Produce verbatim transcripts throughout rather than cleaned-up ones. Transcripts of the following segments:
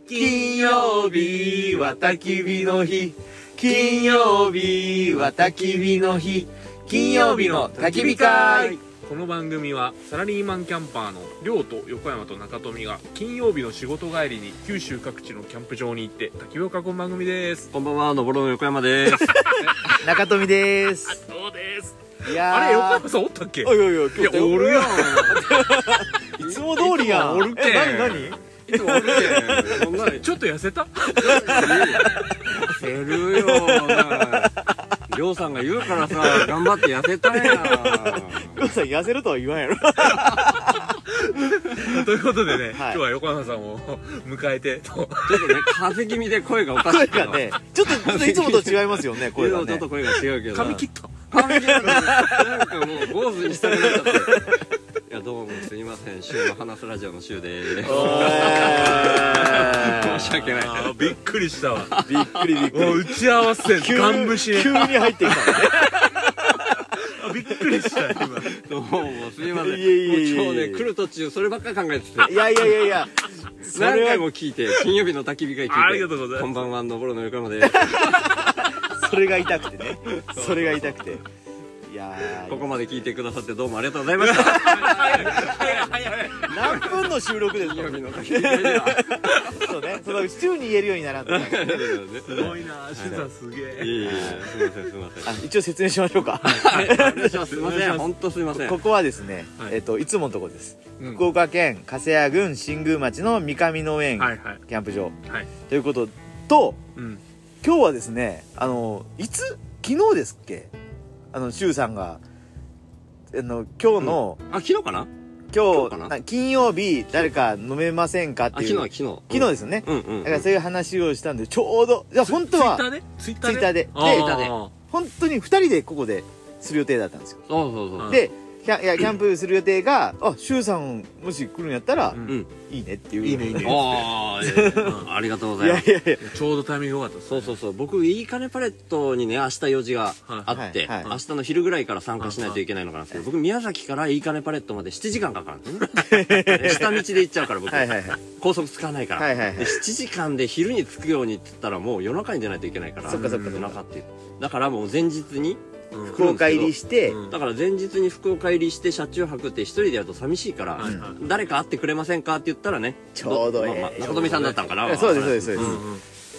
金曜日は焚き火の日、金曜日は焚き火の日、金曜日の焚き火会。 この番組はサラリーマンキャンパーの亮と横山と中富が金曜日の仕事帰りに九州各地のキャンプ場に行って焚き火を囲む番組です。 こんばんは、のぼろの横山です。 中富です。 そうです。 いやー、 あれ横山さんおったっけ？ おいおいおい、 いやおるやん。 いつも通りやん。 おるけん。 え、なになに？ いつもおるけん。そんなにちょっと痩せた？ 痩せるよ。りょうさんが言うからさ、頑張って痩せたんや。 りょうさん痩せるとは言わんやろ。 ということでね、 はい、 今日は横山さんを迎えてと。 ちょっとね、風邪気味で声がおかしい。 声がね、ちょっといつもと違いますよね、声がね。 ちょっと声が違うけど。 髪切った。 髪切った。なんかもう坊主にしたくなっちゃって。いや、どうもすいません、シュウの話すラジオのシュウでーす。申し訳ない。 びっくりしたわ。 びっくりびっくり。 もう打ち合わせガン無視。 急に入ってきたね。 びっくりした今。 どうもすいません。 いえいえいえ。 今日ね、来る途中そればっかり考えてて。 いやいやいやいや。 何回も聞いて、金曜日の焚き火会聞いて。 ありがとうございます。 こんばんは、のぼろの横山です。 それが痛くてね。それが痛くて。いやここまで聞いてくださってどうもありがとうございました。 何分の収録ですか？ 金曜日の焚き火会では。 そうね、その週に言えるようにならんと。 すごいな、しゅうさんすげえ。 いえいえ、すみませんすみません。 あ、一応説明しましょうか。 はい、お願いします。すみません、本当すみません。 ここはですね、えっといつものとこです。 うん、 福岡県粕谷郡新宮町の三上農園キャンプ場、 はい、 ということと、 うん、 今日はですね、あのいつ昨日ですっけ、あの周さんがあの今日の、 うん、あ昨日かな今日な金曜日誰か飲めませんかっていう、 昨日昨日昨日ですね、 うんうんうん、 だからそういう話をしたんでちょうど、じゃあ本当はツイッターでツイッターでで本当にふたりでここでする予定だったんですよ。 そうそうそう。 でキャいやキャンプする予定が、あ、シュウさんもし来るんやったら、うん、いいねっていう。 いいねいいね。 ああ、ありがとうございます。 いやいやいや、 ちょうどタイミング良かったです。 そうそうそう。僕いいかねパレットにね、明日用事があって、明日の昼ぐらいから参加しないといけないのかなんですけど、僕宮崎からいいかねパレットまでしちじかんかかるんですね。下道で行っちゃうから僕。高速使わないから。しちじかんで昼に着くようにって言ったらもう夜中に出ないといけないから。 そっかそっか。 夜中っていう。だからもう前日に。 福岡入りして、 だから前日に福岡入りして車中泊って一人でやると寂しいから、誰か会ってくれませんかって言ったらね、 ちょうどええ中富さんだったんかな。 そうですそうですそうです。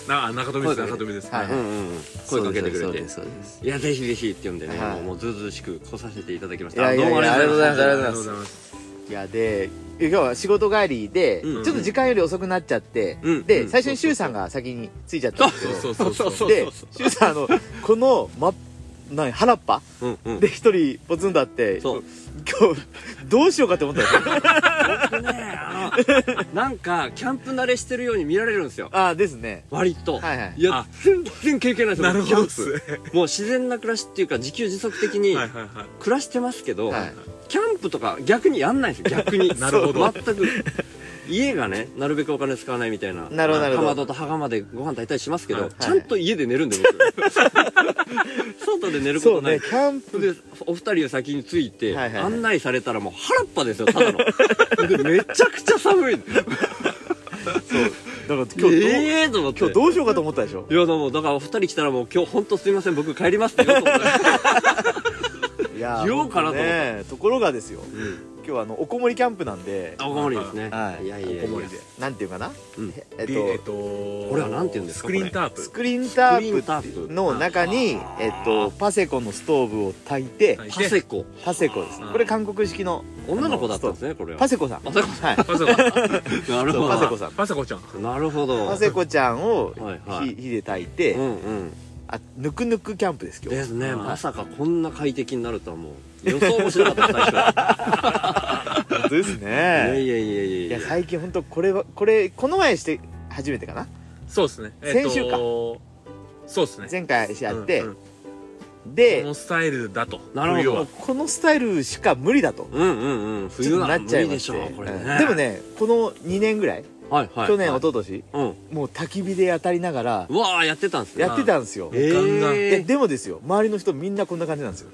な中富です中富です。 声かけてくれて、いやぜひぜひって呼んでね、もうずうずうしく来させていただきました。どうもありがとうございます。 ありがとうございます。いやで今日は仕事帰りでちょっと時間より遅くなっちゃって、で最初に周さんが先に着いちゃったんですけど、で周さんあのこのマ何原っぱ、うんうん、で一人ポツンとあって、今日どうしようかって思ったんですよ。 僕ね、あのなんかキャンプ慣れしてるように見られるんですよ。 ああですね。 割と。 はいはい。 いや全然経験ないですよ。 なるほどですね。 もう自然な暮らしっていうか自給自足的に暮らしてますけど、はいはいはい、キャンプとか逆にやんないんですよ。逆に。 なるほど。 全く。家がね、なるべくお金使わないみたいな。 なるほど。 かまどと羽釜でご飯炊いたりしますけど、ちゃんと家で寝るんで僕。外で寝ることない。 そうね、キャンプでお二人を先に着いて案内されたらもう原っぱですよ、ただの。でめちゃくちゃ寒い。そう。だから今日どう、 えーと思って、 今日どうしようかと思ったでしょ。 いやでもだからお二人来たらもう今日本当すみません僕帰りますって言おうと思った。言おうかなと思った。 ところがですよ。今日はあのおこもりキャンプなんで。 おこもりですね。 はい。 いやいやいや。 なんていうかな。 えっとこれはなんていうんですか。 スクリーンタープ。 スクリーンタープの中にえっとパセコのストーブを炊いて。 パセコ。 パセコです。これ韓国式の女の子だったんですねこれは。 パセコさん。 パセコさん。 パセコ。 なるほど。 パセコさん。 パセコちゃん。 なるほど。 パセコちゃんを火で炊いて。うんうん。あ、ぬくぬくキャンプです今日。 ですね。まさかこんな快適になるとはもう予想もしなかった最初。 本当ですね。いやいやいやいやいや最近本当これはこれこの前して初めてかな。 そうですね。 先週か。 そうですね。 前回しあって、でこのスタイルだと。 なるほど。 このスタイルしか無理だと。 うんうんうん。冬は無理でしょうこれね。 でもねこのにねんぐらい。 はいはい、 去年一昨年、うん、もう焚き火で当たりながらうわーやってたんですね。 やってたんですよ。 えー、 でもですよ周りの人みんなこんな感じなんですよ。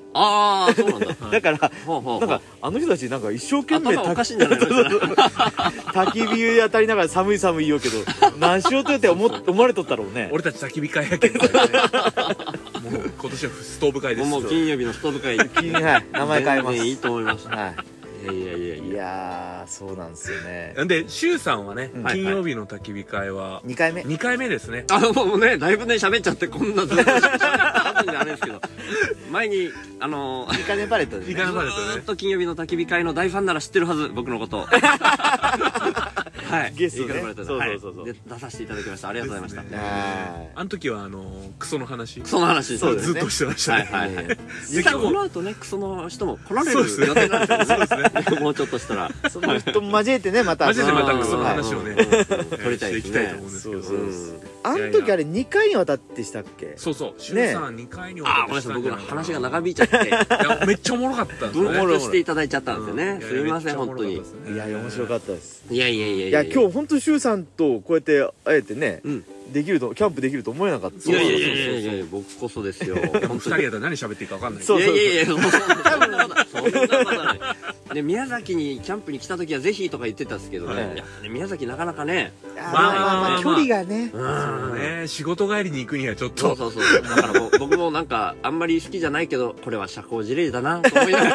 ああ、そうなんだ。 だからなんかあの人たちなんか一生懸命頭おかしいんじゃないの焚き火当たりながら寒い寒い言うけど何しようとやって思思われとったろうね。 俺たち焚き火会やけどね。もう今年はストーブ会です。 もう金曜日のストーブ会、 はい、名前変えます。 いいと思います。 はい。 いやいやいやいやー、そうなんですよね。 で、シュウさんはね、金曜日の焚き火会はにかいめにかいめですね。 あ、もうね、だいぶね喋っちゃってこんなずっと喋ったんであれですけど、前にあのにかいめパレットでにかいめパレットね、 ずっと金曜日の焚き火会の大ファンなら知ってるはず、僕のことはい、 ゲストね。 そうそうそうそう。で出させていただきました。ありがとうございました。 あの時はあのクソの話、 クソの話ずっとしてましたね。 はいはい。実はこの後ね、クソの人も来られる予定なんですよね。もうちょっとしたらその人も交えてね、また交えてまたクソの話をね取りたいいきたいと思うんですけど、 あの時あれにかいにわたってしたっけ？ そうそう、シュウさんにかいにわたってした。 あ、ごめんなさい、僕の話が長引いちゃって、いやめっちゃおもろかったんですね。分していただいちゃったんですよね。すみません本当に。 いやいや面白かったです。 いやいやいやいや今日本当シュウさんとこうやってあえてね、できるとキャンプできると思えなかった。 いやいやいやいやいや、僕こそですよ。 ふたりやったら何喋っていいか分かんない。 いやいやいや、そんなことない。で、宮崎にキャンプに来た時はぜひとか言ってたんですけどね、宮崎なかなかね、 まあまあまあ距離がね、 そうね、仕事帰りに行くにはちょっと、 そうそうそう、だから僕もなんかあんまり好きじゃないけど、これは社交辞令だなと思いながら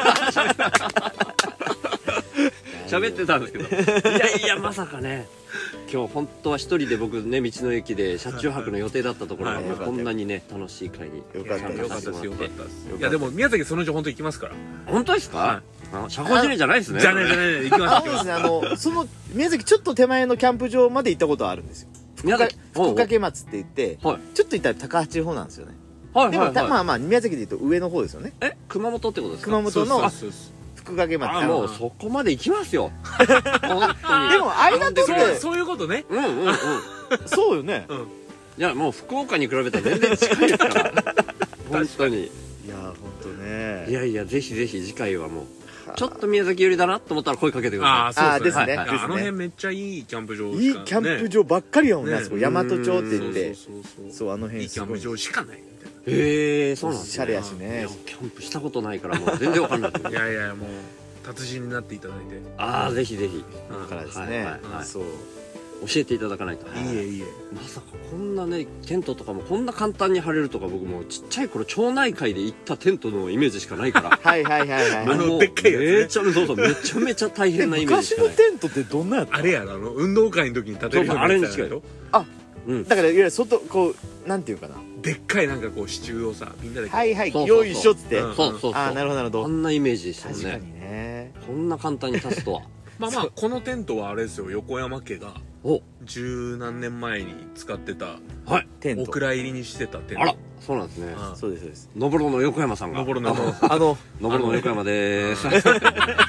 喋ってたんですけど、いやいやまさかね、今日本当は一人で僕ね、道の駅で車中泊の予定だったところがこんなにね楽しい会に参加させてもらって、よかったです。いやでも宮崎そのうち本当行きますから。 本当ですか？社交辞令じゃないですね。 じゃねじゃね、行きます。 そうですね、あのその宮崎ちょっと手前のキャンプ場まで行ったことはあるんですよ。福掛松って言ってちょっと行ったら高八方なんですよね。でもまあまあ宮崎で言うと上の方ですよね。 え、熊本ってことですか？ 熊本の福掛松。 あ、もうそこまで行きますよ。本当に。 でも間取ってそういうことね。 うんうんうん。 そうよね。 いやもう福岡に比べたら全然近いですから。本当に。 いや本当ね。 いやいや、ぜひぜひ次回はもうちょっと宮崎寄りだなと思ったら声かけてください。 ああですね。 あの辺めっちゃいいキャンプ場。 いいキャンプ場ばっかりやもんね。大和町って言って、そうあの辺いいキャンプ場しかないみたいな。 へえ、そうなんですね。 シャレやしね。 キャンプしたことないからもう全然わかんない。 いやいやもう達人になっていただいて。 ああ、ぜひぜひ。 だからですね。そう。 教えていただかないと。 いいえいいえ。 まさかこんなね、テントとかもこんな簡単に張れるとか、僕もちっちゃい頃町内会で行ったテントのイメージしかないから。 はいはいはいはい。 あのでっかいやつね。 めちゃめちゃそうめちゃめちゃ大変なイメージしかない。 昔のテントってどんなやった？ あれやろ、あの運動会の時に建てるようなやつやろ。 あ、だからいわゆる外こうなんていうかな。 でっかいなんかこう支柱をさ、みんなではいはいよいしょっつって。 そうそうそう。 あ、なるほどなるほど。 あんなイメージでしたね。 確かにね。 こんな簡単に立つとは。 まあまあこのテントはあれですよ、横山家が十何年前に使ってたお蔵入りにしてたテント。 あら、そうなんですね。 そうですそうです。 のぼろの横山さんが。 のぼろのあののぼろの横山でーす。ごめんなさい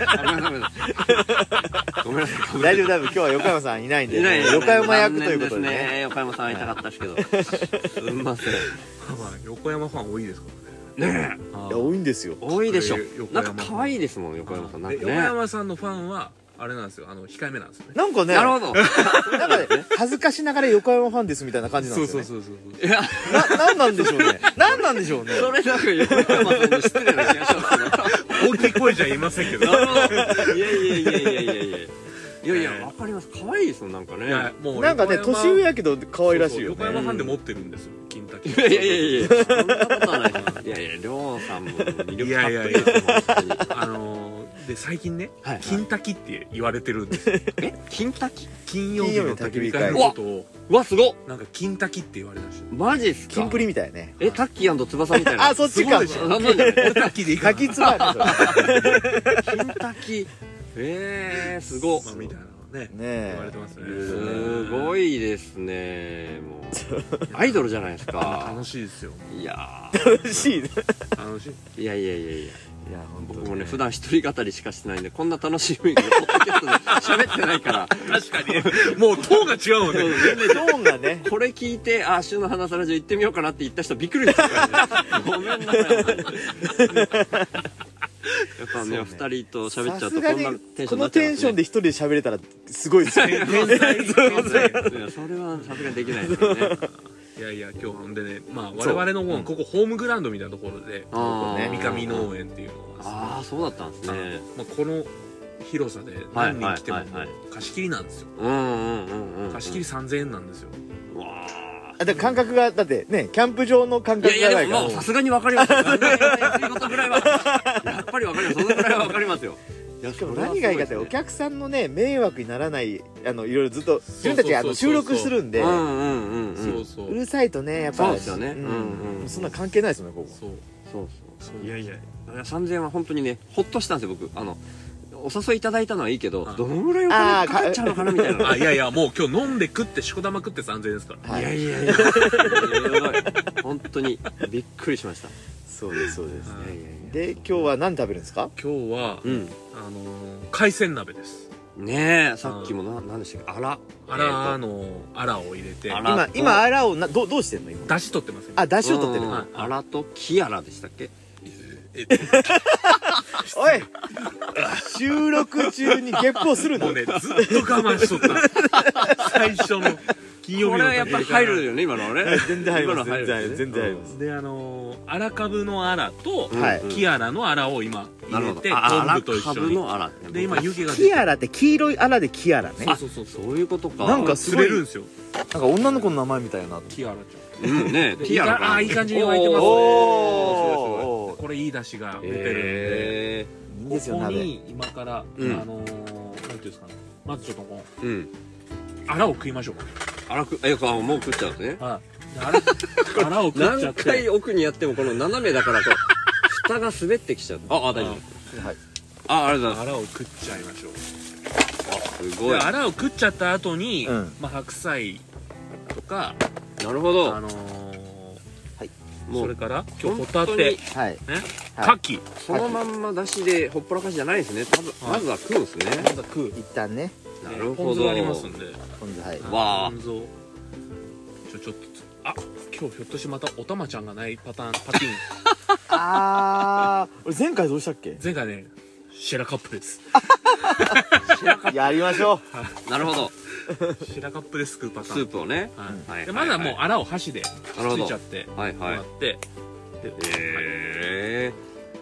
ごめんなさい。 大丈夫大丈夫、今日は横山さんいないんで。 いない。 横山役ということでね。 横山さん会いたかったですけど。すみません。 横山ファン多いですからね。 ねえ、多いんですよ。 多いでしょ。なんか可愛いですもん、横山さん。なんか横山さんのファンはあれなんですよ、あの控えめなんですよね。 なんかね、 なるほど。 なんかね、恥ずかしながら横山ファンですみたいな感じなんですよね。 そうそうそうそう。 いや、 な、なんなんでしょうね。なんなんでしょうね。 それなんか横山さんの失礼な気がしますね。 大きい声じゃ言いませんけど。 いやいやいやいやいやいやいや。いやいや、わかります。可愛いですもん、なんかね。 なんかね、年上やけど可愛らしいよね。 横山ファンで持ってるんですよ、金滝。 いやいやいやいや、そんなことはない。いやいや、りょうさんも魅力たっぷりですよ。 あので最近ね、金滝って言われてるんですよ。 え、金滝？ 金曜日の焚き火会のことを、 うわ、すごっ。 なんか金滝って言われました。 マジっすか？ 金プリみたいね。 え、タッキー翼みたいな。 あ、そっちか。 俺タッキーでいいか。 滝つば金滝。えー、すごっ。 みたいな。ね、 言われてますね。 すごいですね。もうアイドルじゃないですか。 楽しいですよ。 いや楽しいね。 楽しい。 いやいやいやいや。 いや僕もね普段一人語りしかしてないんでこんな楽しい雰囲気でポッドキャストで喋ってないから。 確かにもうトーンが違うもんね。 全然トーンがね。 これ聞いてあ週の花さラジオ行ってみようかなって言った人びっくりですからね。ごめんなさい。やっぱねふたりと喋っちゃうとこんなテンションになっちゃいますね。 このテンションで一人で喋れたらすごいですよね。 それはさすがにできないですよね。 いやいや今日ほんでね、まあ我々のもうここホームグラウンドみたいなところで、三上農園っていうのが、 ああそうだったんですね。 まあこの広さで何人来ても貸し切りなんですよ。貸し切りさんぜんえんなんですよ。 わあ、だから感覚がだってね、キャンプ場の感覚がないから。 さすがにわかります。安いことぐらいはやっぱりわかります。そのぐらいはわかりますよ。 しかも何がいいかって、お客さんのね迷惑にならない、あのいろいろずっと自分たちあの収録するんで、うるさいとねやっぱそうですよね。 そんな関係ないですもんね、ここ。 そうそうそう。いやいやさんぜんえんは本当にねほっとしたんですよ僕。あのお誘いいただいたのはいいけど、どのぐらいお金かかっちゃうのかなみたいな。 あ、いやいや、もう今日飲んで食ってしこ玉食ってさんぜんえんですから。 いやいやいや、本当にびっくりしました。 そうですそうです。で今日は何食べるんですか？ 今日はあの海鮮鍋です。 ねえ、さっきもな何でしたっけ、あらあらのあらを入れて、 今今あらをなどどうしてんの今？ 出汁取ってます。 あ、出汁を取ってる。 あらとキアラでしたっけ？ おい、収録中にゲップをするの？ もうね、ずっと我慢しとった。最初の金曜日の。 これはやっぱり入るよね、今のね。 全然入ります。全然入ります。 で、あのあらかぶのあらとキアラのあらを今入れて、昆布と一緒に。で、今湯気が。 キアラって黄色いあらでキアラね。 そうそうそう、 そういうことか。 なんか釣れるんですよ。 なんか女の子の名前みたいな。 キアラちゃん。 うんね、キアラ。 あ、いい感じに沸いてますね。これいい出汁が出てるんで。 いいですよ、 ここに今からあのなんていうんですかね、まずちょっとこうあらを食いましょうか。 あらく、え、もう食っちゃうんですね。 はい。あらを食っちゃって。 何回奥にやってもこの斜めだからこう蓋が滑ってきちゃう。あ、あ、大丈夫。はい。あ、ありがとうございます。 あらを食っちゃいましょう。 あ、すごい。 あらを食っちゃった後に、まあ白菜とか、 なるほど。 あのそれから今日ホタテ、ね、牡蠣、 そのまんまだしでほっぽらかしじゃないですね。まずは食うんですね。 まずは食う。 一旦ね。 なるほど。 ポン酢ありますんで。 ポン酢、はい。 わあ。 ポン酢をちょちょっと、あ、今日ひょっとしてまたおたまちゃんがないパターン、パティーン。 ああ、俺前回どうしたっけ？ 前回ね、シェラカップです。 やりましょう。なるほど。 シェラカップですくうパターン。 スープをね。 でまずはもうあらを箸でついちゃってもらって、 え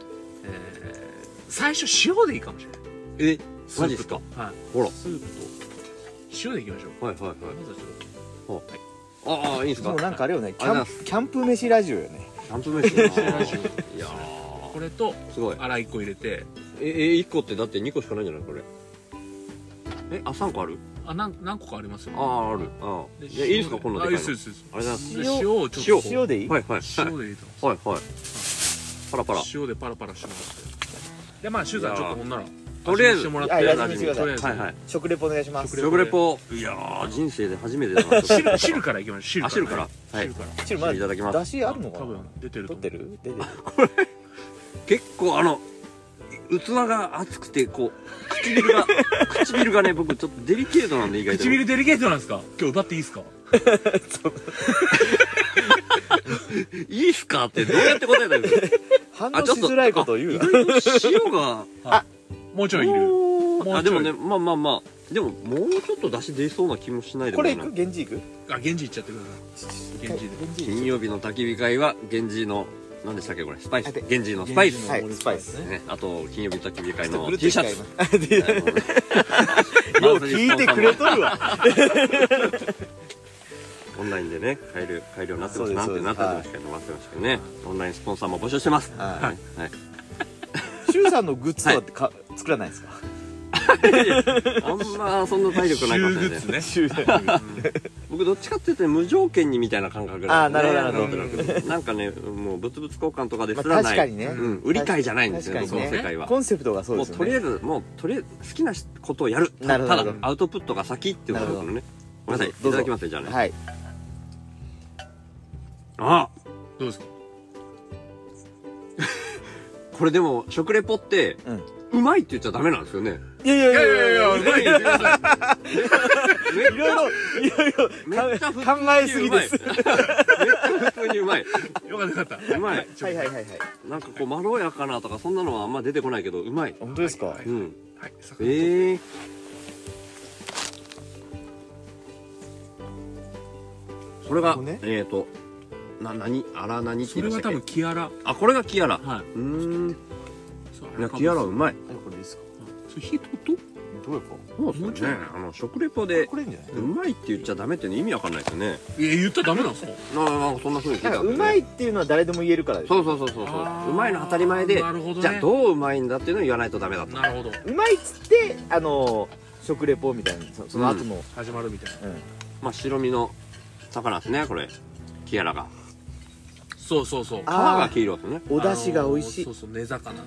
最初塩でいいかもしれない。 え、マジですか？ はい。 ほら、 スープと塩でいきましょう。 はいはいはい。まずはちょっと、ああ、いいですか？ もうなんかあれよね、キャンキャンプ飯ラジオよね。 キャンプ飯ラジオ。いやこれとすごいあらいっこ入れて、 ええ、いっこってだってにこしかないんじゃないこれ？え、あ、さんこある？ あ、何何個かありますよ。 ああ、ある。ああ。いや、いいですか、こんなでかいの。 あ、いいです。 あれだ。 塩をちょっと塩でいい？ はいはい。 塩で入れてます。 はいはい。パラパラ。 塩でパラパラしてもらって。で、まあ、シュウさんちょっとほんならとりあえずしてもらって、味見してください。はいはい。食レポお願いします。 食レポ。いやー、人生で初めてだな。 汁汁からいきましょう。 汁から。 汁から。 汁まだいただきます。 出汁あるのかな？ 多分出てる。 取ってる？出てる。 これ結構あの器が熱くてこう唇が唇がね、僕ちょっとデリケートなんで意外と。 唇デリケートなんですか？今日奪っていいですか？ いいっすかってどうやって答えたらいいですか？ 反応しづらいことを言うな。 塩が、 あ、もうちょいいる。 あ、でもね、まあまあまあ、でももうちょっと出汁出そうな気もしないでもない。 これいく？源氏いく？ あ、源氏いっちゃってください。源氏で。 金曜日の焚き火会は源氏の何でしたっけこれ？スパイス。源氏のスパイス。 はい、スパイスね。あと金曜日の焚き火会の T シャツ。 よう聞いてくれとるわ。 オンラインでね買える買えるようになってます。なんてなってましたけど、待ってましたけどね。オンラインスポンサーも募集してます。はい。はい。 シュウさんのグッズとかって作らないですか？ あんまそんな体力ないかもしれないですね。僕どっちかっていうと無条件にみたいな感覚ああ、なるほどなるほど。なんかね、もう物々交換とかですらない。 確かにね。 売り買いじゃないんですよ、僕の世界は。 コンセプトがそうですよね。 もうとりあえずもうとりあえず好きなことをやる。ただアウトプットが先っていうことね。ごめんなさい、いただきますじゃあね。はい。あ、 どうですか？ これでも食レポってうまいって言っちゃダメなんですよね。 いやいやいやいやいや、 うまいですよ。 いろいろいろいろ考えすぎです。めっちゃ普通にうまい。 よかったよかった。 うまい。 はいはいはいはい。 なんかこうまろやかなとかそんなのはあんま出てこないけどうまい。 本当ですか？ うん。はい。ええ。 これがえっとな何あら何って言いましたっけ？それは多分キアラ。 あ、これがキアラ。 はい。 うん。いや、キアラうまい。 これですか？ それヒートとどうやか？ そうですね。あの食レポでうまいって言っちゃダメって意味わかんないですよね。 え、言ったらダメなんですか？ なんかそんな風に聞いた。 うまいっていうのは誰でも言えるからです。 そうそうそうそうそう。うまいの当たり前で、じゃあどううまいんだっていうのを言わないとダメだと。 なるほど。 うまいっつってあの食レポみたいなその後の始まるみたいな。 まあ白身の魚ですねこれ。キアラが。 そうそうそう。皮が黄色ですね。 お出汁が美味しい。 そうそう、根魚さん。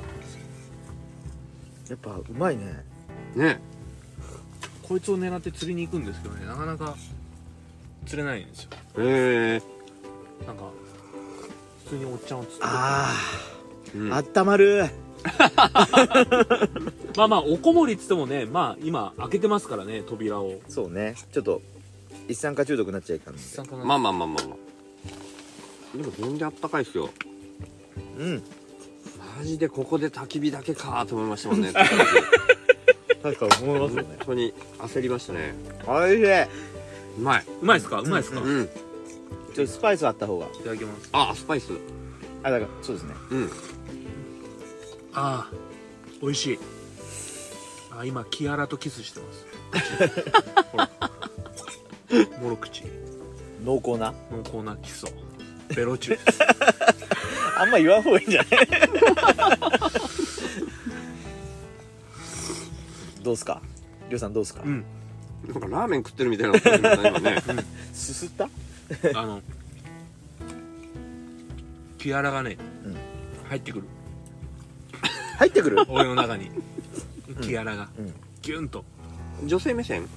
やっぱうまいね。 ね。 こいつを狙って釣りに行くんですけどね、なかなか釣れないんですよ。 へえ。 なんか普通におっちゃんを釣って。 ああ。あったまる。 まあまあおこもりっつってもね、まあ今開けてますからね扉を。 そうね。ちょっと一酸化中毒になっちゃいかんので。 まあまあまあまあまあ。でも全然あったかいですよ。 うん。 マジでここで焚き火だけかーと思いましたもんね。 確か思いますよね。 本当に焦りましたね。 おいしい。うまい。 うまいですか？うまいですか？ うん。 ちょっとスパイスあった方が。いただきます。 あ、スパイス。 あ、だからそうですね。 うん。 ああ、美味しい。あ、今キアラとキスしてます。ほら。もろ口。 濃厚な。 濃厚なキスを。ベロチュ。 あんま言わん方がいいんじゃない？どうすか、りょうさんどうすか？ うん。 なんかラーメン食ってるみたいな感じだね今ね。 すすった？ あのキアラがね、入ってくる。 入ってくる？ 俺の中にキアラがギュンと。 女性目線？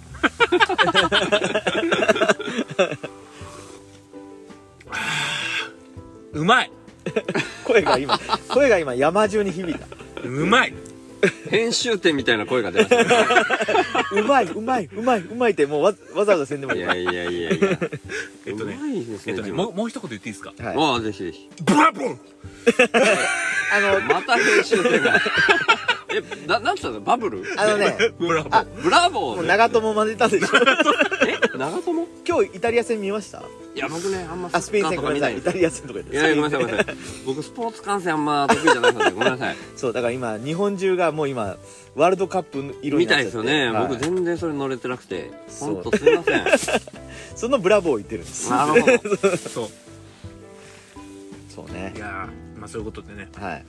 うまい。 声が今声が今山中に響いた。 うまい。 編集点みたいな声が出ましたね。 うまいうまいうまいうまいってもうわわざわざせんでもいい。 いやいやいやいや。 えっとね、えっとね、もうもう一言言っていいですか？ はい。ああぜひぜひ。 ブラボー。 あのまた編集点が。え、な、なんつったの？バブル？ あのね、 ブラボー。 ブラボー。 もう長友混ぜたでしょ。 え、長友？ 今日イタリア戦見ました？ いや僕ねあんまあスペイン戦ごめんなさい、イタリア戦とか言って。 いやごめんなさいごめんなさい。僕スポーツ観戦あんま得意じゃないのでごめんなさい。 そうだから今日本中がもう今ワールドカップ色にみたいなっちゃって。 ですよね。 はい、 僕全然それ乗れてなくて、本当すみません。 そのブラボーを言ってるんです。 なるほど。 そう。 そうね。 いやー、まあそういうことでね。 はい。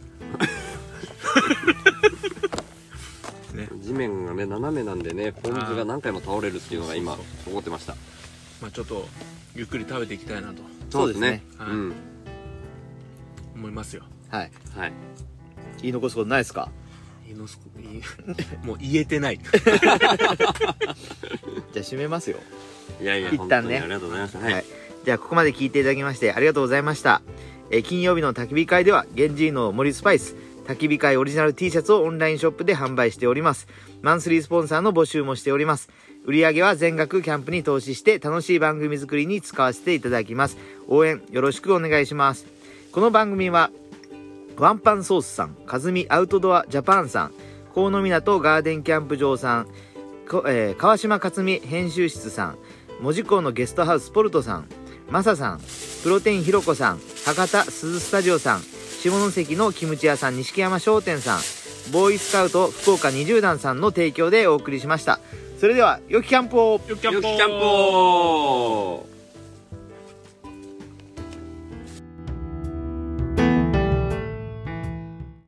ね、 地面がね斜めなんでね、ポン酢が何回も倒れるっていうのが今起こってました。 まあちょっとゆっくり食べていきたいなと。 そうですね。 はい、 うん。 思いますよ。 はいはい。 言い残すことないですか？ 言い残すこと言いもう言えてない。 じゃあ締めますよ。 いやいや一旦ね。 ありがとうございました。はい。はい、 じゃあここまで聞いていただきましてありがとうございました。えー、金曜日の焚き火会ではゲンジーの森スパイス焚き火会オリジナル T シャツをオンラインショップで販売しております。マンスリースポンサーの募集もしております。売上は全額キャンプに投資して楽しい番組作りに使わせていただきます。応援よろしくお願いします。この番組はワンパンソースさん、かずみアウトドアジャパンさん、河野港ガーデンキャンプ場さん、えー、川島克美編集室さん、門司港のゲストハウスポルトさん、マサさん、プロテインひろこさん、博多鈴スタジオさん、下関のキムチ屋さん錦山商店さん、ボーイスカウト福岡にじゅうだんさんの提供でお送りしました。それでは良きキャンプを。 良きキャンプを。 良きキャンプを。